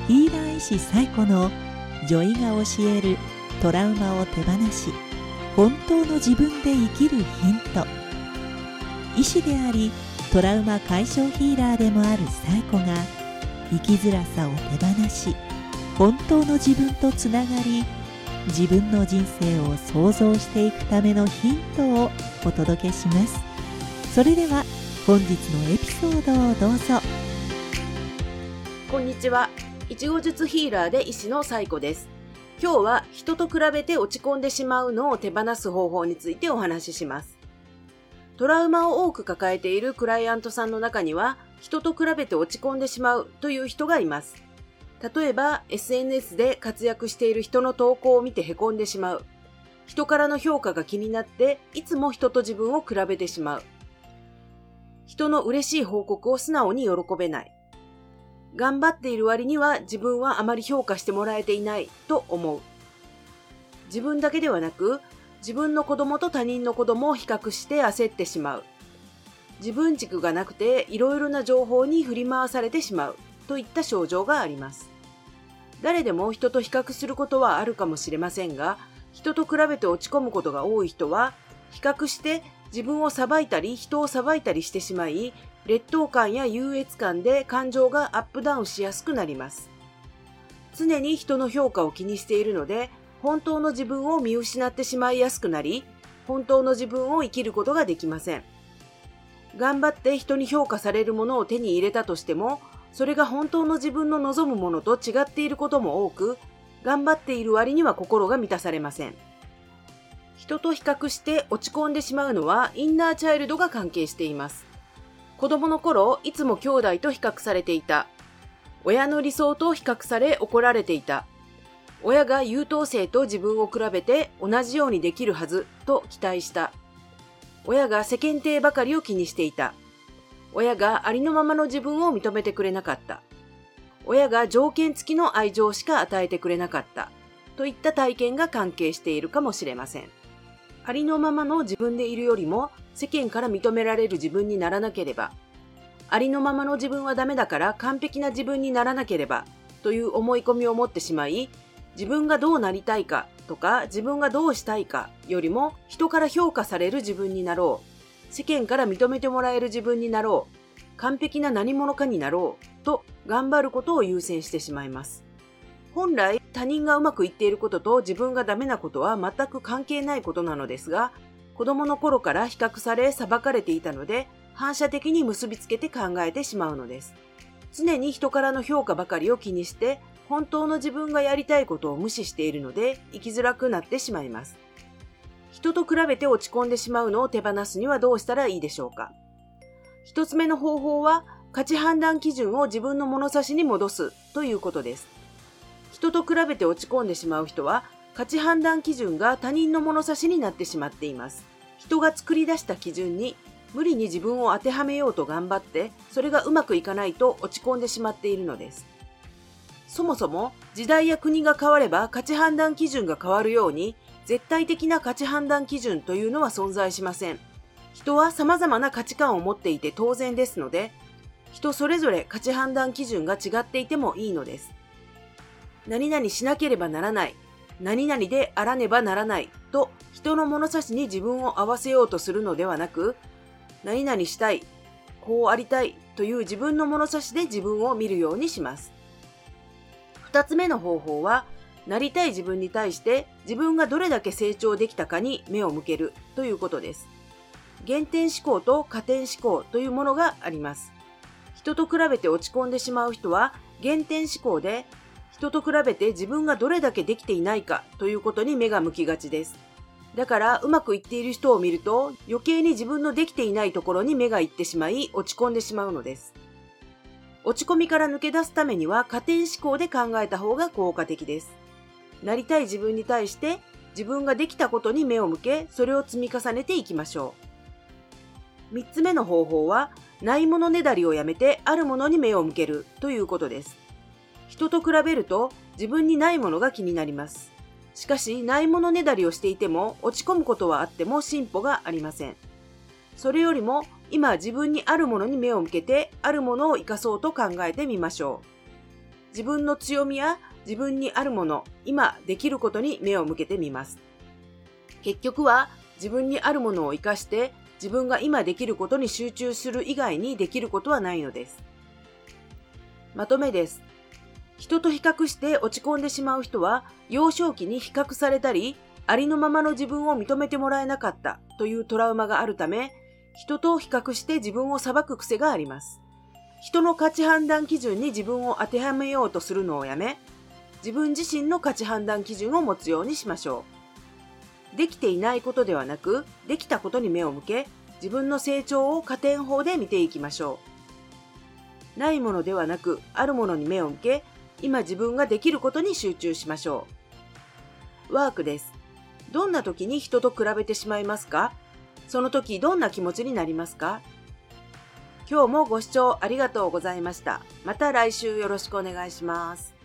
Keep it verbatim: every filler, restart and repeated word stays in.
ヒーラー医師サイコの女医が教えるトラウマを手放し本当の自分で生きるヒント。医師でありトラウマ解消ヒーラーでもあるサイコが生きづらさを手放し本当の自分とつながり自分の人生を創造していくためのヒントをお届けします。それでは本日のエピソードをどうぞ。 こんにちは。いちご術ヒーラーで医師のサイコです。今日は人と比べて落ち込んでしまうのを手放す方法についてお話しします。トラウマを多く抱えているクライアントさんの中には人と比べて落ち込んでしまうという人がいます。例えば エスエヌエス で活躍している人の投稿を見てへこんでしまう。人からの評価が気になっていつも人と自分を比べてしまう。人の嬉しい報告を素直に喜べない。頑張っている割には自分はあまり評価してもらえていないと思う。自分だけではなく自分の子供と他人の子供を比較して焦ってしまう。自分軸がなくていろいろな情報に振り回されてしまうといった症状があります。誰でも人と比較することはあるかもしれませんが、人と比べて落ち込むことが多い人は比較して自分を裁いたり人を裁いたりしてしまい、劣等感や優越感で感情がアップダウンしやすくなります。常に人の評価を気にしているので、本当の自分を見失ってしまいやすくなり、本当の自分を生きることができません。頑張って人に評価されるものを手に入れたとしても、それが本当の自分の望むものと違っていることも多く、頑張っている割には心が満たされません。人と比較して落ち込んでしまうのはインナーチャイルドが関係しています。子供の頃、いつも兄弟と比較されていた。親の理想と比較され怒られていた。親が優等生と自分を比べて同じようにできるはずと期待した。親が世間体ばかりを気にしていた。親がありのままの自分を認めてくれなかった。親が条件付きの愛情しか与えてくれなかった。といった体験が関係しているかもしれません。ありのままの自分でいるよりも世間から認められる自分にならなければ、ありのままの自分はダメだから完璧な自分にならなければという思い込みを持ってしまい、自分がどうなりたいかとか自分がどうしたいかよりも人から評価される自分になろう、世間から認めてもらえる自分になろう、完璧な何者かになろうと頑張ることを優先してしまいます。本来他人がうまくいっていることと自分がダメなことは全く関係ないことなのですが、子供の頃から比較され裁かれていたので反射的に結びつけて考えてしまうのです。常に人からの評価ばかりを気にして本当の自分がやりたいことを無視しているので生きづらくなってしまいます。人と比べて落ち込んでしまうのを手放すにはどうしたらいいでしょうか。一つ目の方法は価値判断基準を自分の物差しに戻すということです。人と比べて落ち込んでしまう人は価値判断基準が他人の物差しになってしまっています。人が作り出した基準に無理に自分を当てはめようと頑張ってそれがうまくいかないと落ち込んでしまっているのです。そもそも時代や国が変われば価値判断基準が変わるように絶対的な価値判断基準というのは存在しません。人は様々な価値観を持っていて当然ですので、人それぞれ価値判断基準が違っていてもいいのです。何々しなければならない、何々であらねばならないと人の物差しに自分を合わせようとするのではなく、何々したい、こうありたいという自分の物差しで自分を見るようにします。二つ目の方法は、なりたい自分に対して自分がどれだけ成長できたかに目を向けるということです。減点思考と加点思考というものがあります。人と比べて落ち込んでしまう人は減点思考で人と比べて自分がどれだけできていないかということに目が向きがちです。だからうまくいっている人を見ると余計に自分のできていないところに目がいってしまい落ち込んでしまうのです。落ち込みから抜け出すためには加点思考で考えた方が効果的です。なりたい自分に対して自分ができたことに目を向け、それを積み重ねていきましょう。三つ目の方法は、ないものねだりをやめてあるものに目を向けるということです。人と比べると自分にないものが気になります。しかし、ないものねだりをしていても落ち込むことはあっても進歩がありません。それよりも今自分にあるものに目を向けてあるものを生かそうと考えてみましょう。 自分の強みや自分にあるもの、今できることに目を向けてみます。結局は自分にあるものを生かして自分が今できることに集中する以外にできることはないのです。まとめです。人と比較して落ち込んでしまう人は、幼少期に比較されたり、ありのままの自分を認めてもらえなかったというトラウマがあるため、人と比較して自分を裁く癖があります。人の価値判断基準に自分を当てはめようとするのをやめ、自分自身の価値判断基準を持つようにしましょう。できていないことではなく、できたことに目を向け、自分の成長を加点法で見ていきましょう。ないものではなく、あるものに目を向け、今自分ができることに集中しましょう。ワークです。どんな時に人と比べてしまいますか？その時どんな気持ちになりますか？今日もご視聴ありがとうございました。また来週よろしくお願いします。